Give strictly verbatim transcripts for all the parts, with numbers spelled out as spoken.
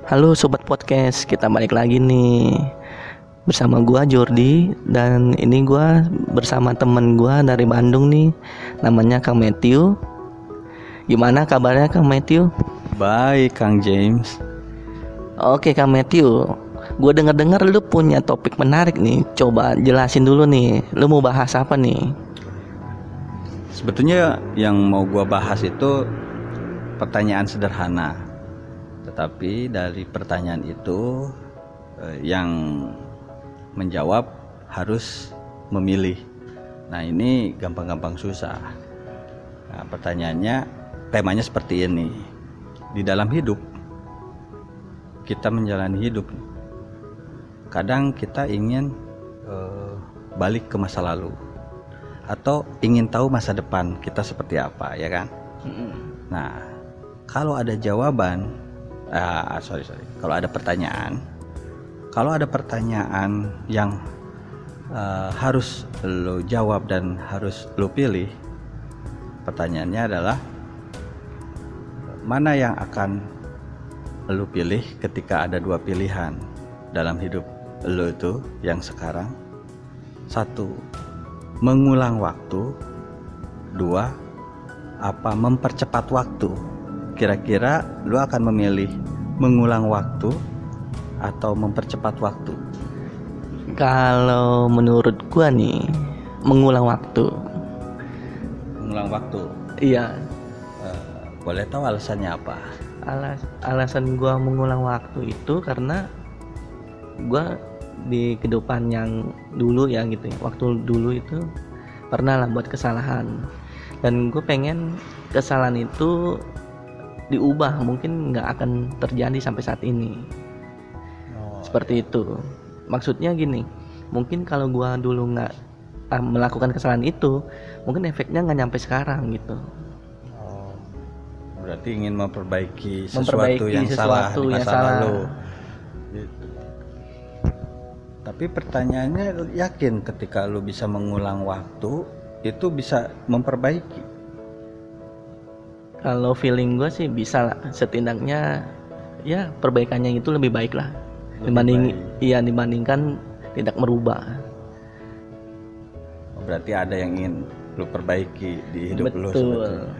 Halo Sobat Podcast, kita balik lagi nih bersama gua Jordi. Dan ini gua bersama temen gua dari Bandung nih, namanya Kang Matthew. Gimana kabarnya Kang Matthew? Baik Kang James. Oke Kang Matthew, gua denger-dengar lu punya topik menarik nih. Coba jelasin dulu nih, lu mau bahas apa nih? Sebetulnya yang mau gua bahas itu pertanyaan sederhana, tetapi dari pertanyaan itu eh, yang menjawab harus memilih. Nah ini gampang-gampang susah. Nah, pertanyaannya, temanya seperti ini. Di dalam hidup, kita menjalani hidup, kadang kita ingin eh, balik ke masa lalu, atau ingin tahu masa depan kita seperti apa, ya kan? Nah, kalau ada jawaban, ah, sorry sorry, kalau ada pertanyaan, kalau ada pertanyaan yang uh, harus lo jawab dan harus lo pilih, pertanyaannya adalah mana yang akan lo pilih ketika ada dua pilihan dalam hidup lo itu yang sekarang. Satu, mengulang waktu. Dua, apa mempercepat waktu. Kira-kira lu akan memilih mengulang waktu atau mempercepat waktu? Kalau menurut gua nih, mengulang waktu. Mengulang waktu. Iya. Uh, boleh tahu alasannya apa? Alas alasan gua mengulang waktu itu karena gua di kehidupan yang dulu ya gitu ya, waktu dulu itu pernah lah buat kesalahan, dan gue pengen kesalahan itu diubah, mungkin nggak akan terjadi sampai saat ini. Oh, seperti itu. Maksudnya gini, mungkin kalau gue dulu nggak ah, melakukan kesalahan itu, mungkin efeknya nggak nyampe sekarang gitu. Oh, berarti ingin memperbaiki sesuatu memperbaiki yang salah sesuatu di yang masa salah. lalu. Gitu. Tapi pertanyaannya, yakin ketika lu bisa mengulang waktu itu bisa memperbaiki? Kalau feeling gue sih bisa lah, setidaknya ya perbaikannya itu lebih baik lah, lebih dibanding baik. Iya dibandingkan tidak merubah. Berarti ada yang ingin lu perbaiki di hidup. Betul. Lu sebetulnya.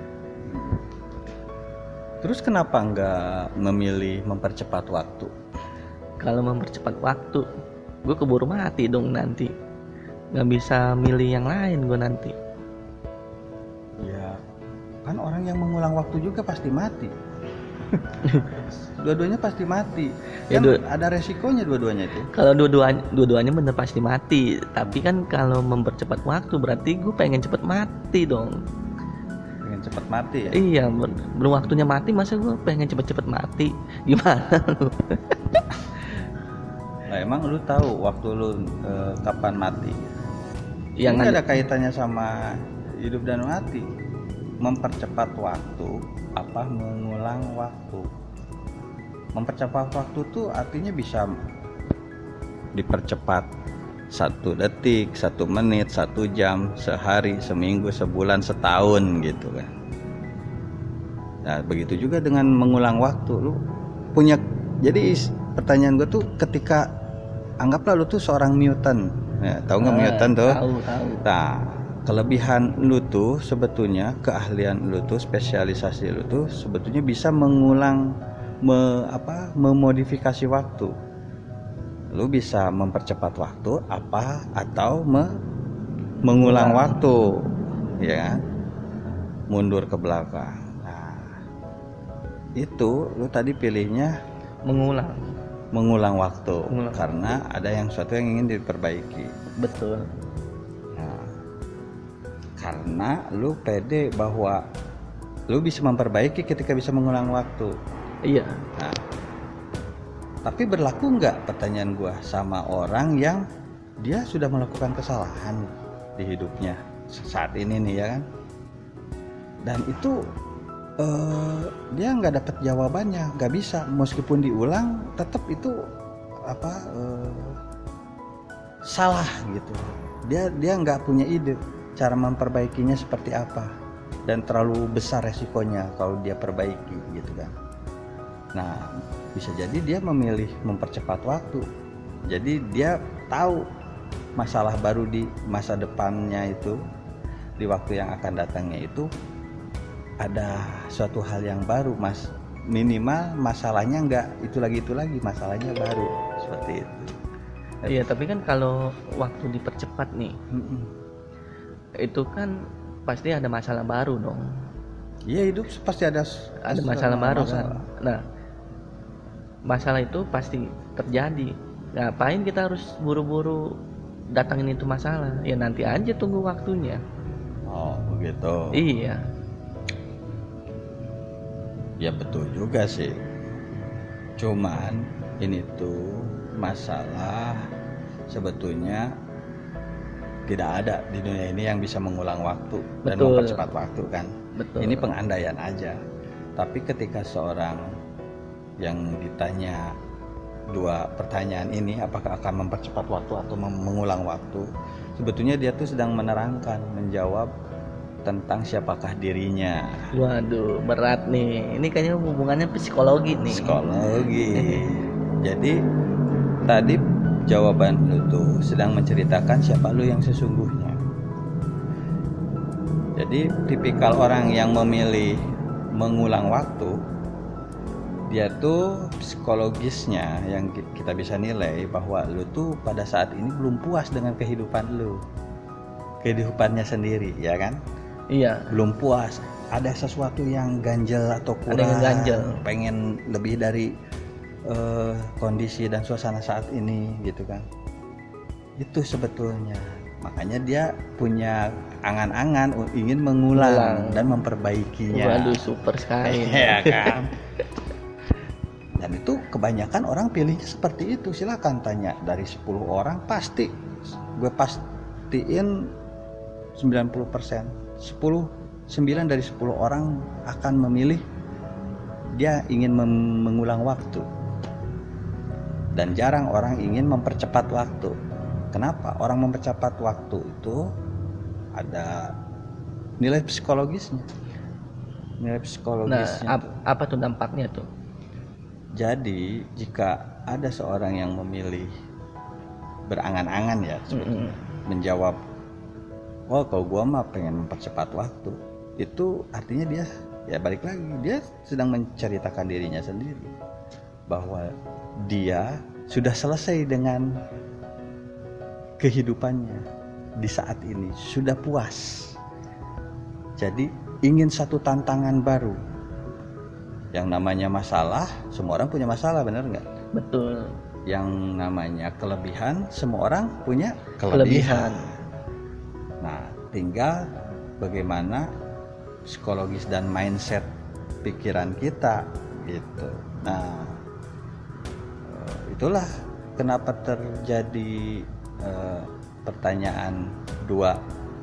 Terus kenapa nggak memilih mempercepat waktu? Kalau mempercepat waktu, gue keburu mati dong nanti. Nggak bisa milih yang lain gue nanti. Ya, kan orang yang mengulang waktu juga pasti mati. Dua-duanya pasti mati. Ya, kan dua, ada resikonya dua-duanya itu. Kalau dua-duanya, dua-duanya bener pasti mati. Tapi kan kalau mempercepat waktu berarti gue pengen cepet mati dong. Pengen cepet mati ya? Iya, belum waktunya mati masa gue pengen cepet-cepet mati. Gimana lu? Nah, emang lu tahu waktu lu e, kapan mati? Yang ini ada kaitannya sama hidup dan mati. Mempercepat waktu apa mengulang waktu? Mempercepat waktu tuh artinya bisa dipercepat satu detik, satu menit, satu jam, sehari, seminggu, sebulan, setahun gitu kan. Nah begitu juga dengan mengulang waktu. Lu punya, jadi pertanyaan gue tuh, ketika anggaplah lu tuh seorang mutant, ya, tahu nggak ah, mutant tuh? Tahu, tahu. Nah, kelebihan lu tuh sebetulnya, keahlian lu tuh, spesialisasi lu tuh sebetulnya bisa mengulang, me, apa, memodifikasi waktu. Lu bisa mempercepat waktu apa atau me, mengulang Ulang. waktu, ya kan? Mundur ke belakang. Nah, itu lu tadi pilihnya mengulang. mengulang waktu mengulang. Karena ada yang suatu yang ingin diperbaiki. Betul. Nah, karena lu pede bahwa lu bisa memperbaiki ketika bisa mengulang waktu. Iya. Nah, tapi berlaku nggak, pertanyaan gua, sama orang yang dia sudah melakukan kesalahan di hidupnya saat ini nih, ya kan? Dan itu Uh, dia nggak dapat jawabannya, nggak bisa, meskipun diulang tetap itu apa uh, salah gitu. Dia dia nggak punya ide cara memperbaikinya seperti apa. dan terlalu besar resikonya kalau dia perbaiki gitu kan. Nah, bisa jadi dia memilih mempercepat waktu. Jadi dia tahu masalah baru di masa depannya itu, di waktu yang akan datangnya itu ada suatu hal yang baru, Mas. Minimal masalahnya enggak itu lagi itu lagi, masalahnya baru seperti itu. Iya, tapi kan kalau waktu dipercepat nih, Mm-mm. itu kan pasti ada masalah baru dong. Iya, hidup pasti ada Ada masalah baru kan. Nah, masalah itu pasti terjadi. Ngapain kita harus buru-buru datangin itu masalah? Ya nanti aja tunggu waktunya. Oh, begitu. Iya. Ya betul juga sih. Cuman ini tuh masalah sebetulnya tidak ada di dunia ini yang bisa mengulang waktu dan Betul. mempercepat waktu kan. Betul. Ini pengandaian aja. Tapi ketika seorang yang ditanya dua pertanyaan ini, apakah akan mempercepat waktu atau mengulang waktu, sebetulnya dia tuh sedang menerangkan, menjawab tentang siapakah dirinya. Waduh, berat nih. Ini kayaknya hubungannya psikologi nih. Psikologi. Jadi tadi jawaban lu tuh sedang menceritakan siapa lu yang sesungguhnya. Jadi tipikal orang yang memilih mengulang waktu, dia tuh psikologisnya yang kita bisa nilai bahwa lu tuh pada saat ini belum puas dengan kehidupan lu, kehidupannya sendiri, ya kan? Iya. Belum puas, ada sesuatu yang ganjel atau kurang, Ada yang ganjel. pengen lebih dari uh, kondisi dan suasana saat ini gitu kan. Itu sebetulnya makanya dia punya angan-angan ingin mengulang Ulang. dan memperbaikinya. Waduh, super sekali. Iya kan. Dan itu kebanyakan orang pilihnya seperti itu. Silakan tanya dari sepuluh orang, pasti gue pastiin sembilan puluh persen, sepuluh, sembilan dari sepuluh orang akan memilih dia ingin mem- mengulang waktu. Dan jarang orang ingin mempercepat waktu. Kenapa? Orang mempercepat waktu itu ada nilai psikologisnya. Nilai Nah, psikologisnya. ap- apa tuh dampaknya tuh? Jadi jika ada seorang yang memilih berangan-angan ya, Mm-mm. menjawab, oh kalau gua mah pengen mempercepat waktu, itu artinya dia ya balik lagi, dia sedang menceritakan dirinya sendiri bahwa dia sudah selesai dengan kehidupannya di saat ini, sudah puas. Jadi ingin satu tantangan baru. Yang namanya masalah, semua orang punya masalah, benar nggak? Betul. Yang namanya kelebihan, semua orang punya Kelebihan. kelebihan. Nah, tinggal bagaimana psikologis dan mindset pikiran kita gitu. Nah, itulah kenapa terjadi eh, pertanyaan dua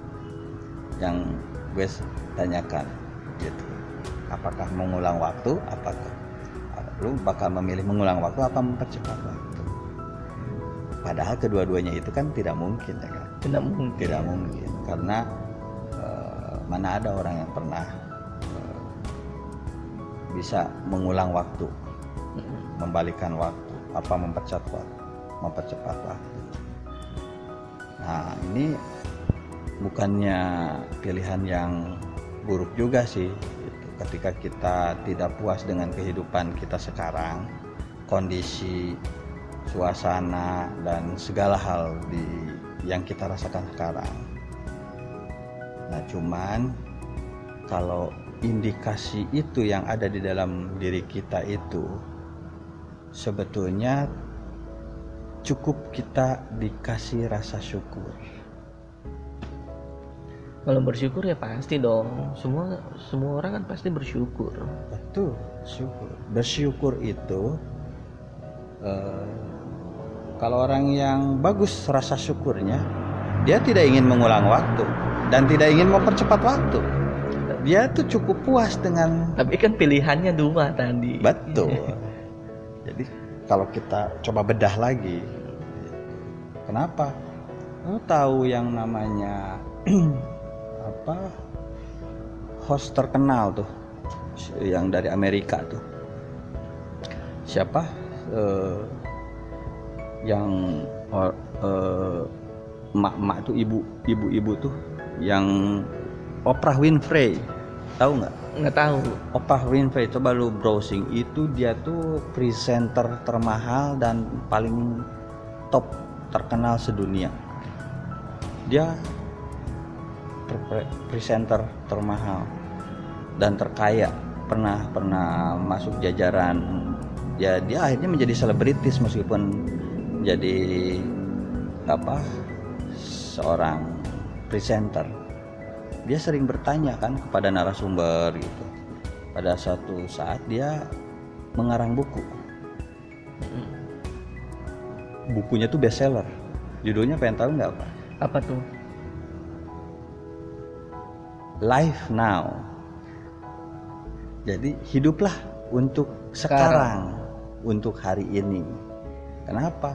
yang gue tanyakan gitu. Apakah mengulang waktu? Apakah lu bakal memilih mengulang waktu apa mempercepat waktu? Padahal kedua-duanya itu kan tidak mungkin ya kan? Tidak mungkin. Tidak mungkin karena eh, mana ada orang yang pernah eh, bisa mengulang waktu, membalikan waktu, apa mempercepat waktu, mempercepat waktu. Nah, ini bukannya pilihan yang buruk juga sih. Ketika kita tidak puas dengan kehidupan kita sekarang, kondisi, suasana, dan segala hal di yang kita rasakan sekarang. Nah, cuman kalau indikasi itu yang ada di dalam diri kita itu sebetulnya cukup kita dikasih rasa syukur. Kalau bersyukur ya pasti dong. Semua semua orang kan pasti bersyukur. Betul, syukur. Bersyukur itu eh, kalau orang yang bagus rasa syukurnya, dia tidak ingin mengulang waktu dan tidak ingin mempercepat waktu. Dia tuh cukup puas dengan. Tapi kan pilihannya dua tadi. Betul. Jadi kalau kita coba bedah lagi, kenapa? Lu tahu yang namanya apa host terkenal tuh yang dari Amerika tuh, siapa uh, yang uh, uh, emak-emak tuh, ibu ibu-ibu tuh yang Oprah Winfrey, tahu nggak? Nggak tahu. Oprah Winfrey, coba lu browsing, itu dia tuh presenter termahal dan paling top terkenal sedunia. Dia presenter termahal dan terkaya, pernah pernah masuk jajaran, ya dia akhirnya menjadi selebritis meskipun jadi apa seorang presenter. Dia sering bertanya kan kepada narasumber gitu. Pada suatu saat dia mengarang buku. Bukunya tuh bestseller. Judulnya pengen tahu nggak Pak? Apa tuh? Life Now. Jadi hiduplah untuk sekarang, sekarang, untuk hari ini. Kenapa?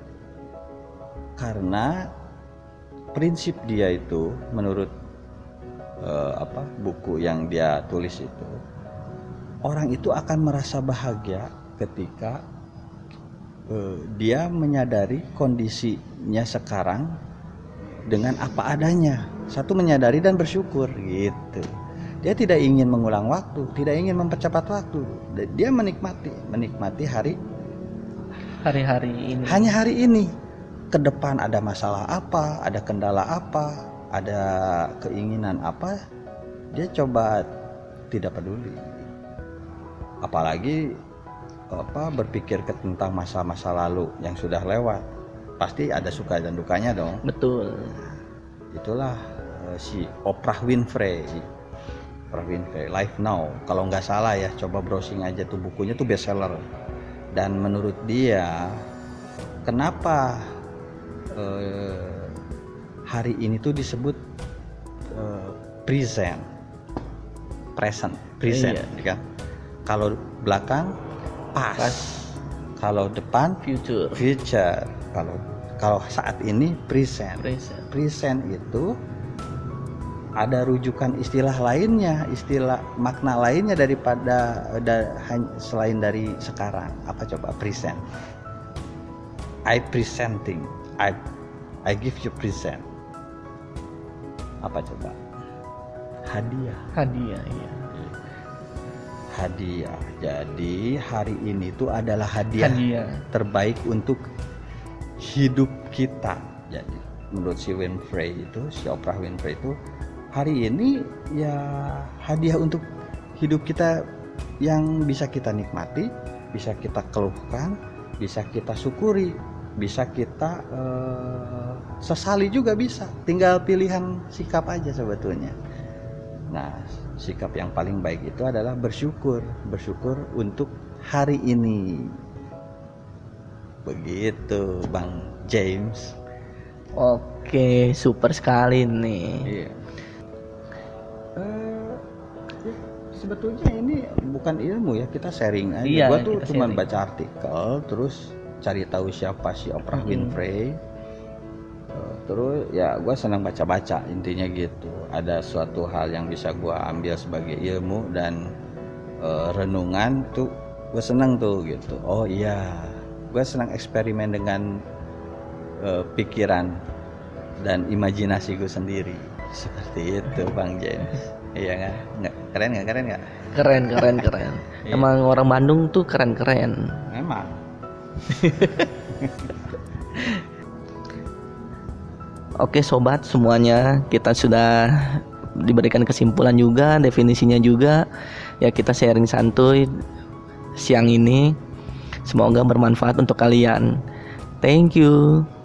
Karena prinsip dia itu menurut Uh, apa buku yang dia tulis itu, orang itu akan merasa bahagia ketika uh, dia menyadari kondisinya sekarang dengan apa adanya. Satu, menyadari dan bersyukur gitu. Dia tidak ingin mengulang waktu, tidak ingin mempercepat waktu. Dia menikmati, menikmati hari hari-hari ini. Hanya hari ini. Ke depan ada masalah apa, ada kendala apa, ada keinginan apa, dia coba tidak peduli. Apalagi apa berpikir ke tentang masa-masa lalu yang sudah lewat, pasti ada suka dan dukanya dong. Betul. Itulah uh, si Oprah Winfrey. Oprah Winfrey, Life Now. Kalau nggak salah ya, coba browsing aja tuh, bukunya tuh bestseller. Dan menurut dia, kenapa uh, hari ini tuh disebut uh, present, present, present, iya. Ya kan? Kalau belakang past, past. Kalau depan future, future. Kalau kalau saat ini present. present, present itu ada rujukan istilah lainnya, istilah makna lainnya daripada da, selain dari sekarang. Apa coba? Present. I presenting, I I give you present. Apa coba? Hadiah. Hadiah, iya. Hadiah. Jadi hari ini itu adalah hadiah, hadiah terbaik untuk hidup kita. Jadi menurut si Winfrey itu, si Oprah Winfrey itu, hari ini ya hadiah untuk hidup kita yang bisa kita nikmati, bisa kita keluhkan, bisa kita syukuri, bisa kita uh, sesali juga bisa. Tinggal pilihan sikap aja sebetulnya. Nah, sikap yang paling baik itu adalah bersyukur, bersyukur untuk hari ini. Begitu, Bang James. Oke, super sekali nih. Iya. Uh, ya, sebetulnya ini bukan ilmu ya, kita sharing aja. Iya, gua tuh cuma sharing. baca artikel, terus cari tahu siapa si Oprah mm-hmm. Winfrey. Uh, terus ya gue senang baca-baca, intinya gitu. Ada suatu hal yang bisa gue ambil sebagai ilmu dan uh, renungan tuh gue senang tuh gitu. Oh iya, gue senang eksperimen dengan uh, pikiran dan imajinasi gue sendiri. Seperti itu Bang James. Iya nggak? Keren nggak? Keren nggak? Keren, keren, keren. Emang orang Bandung tuh keren-keren. Memang. Oke sobat semuanya, kita sudah diberikan kesimpulan juga, definisinya juga. Ya kita sharing santuy siang ini. Semoga bermanfaat untuk kalian. Thank you.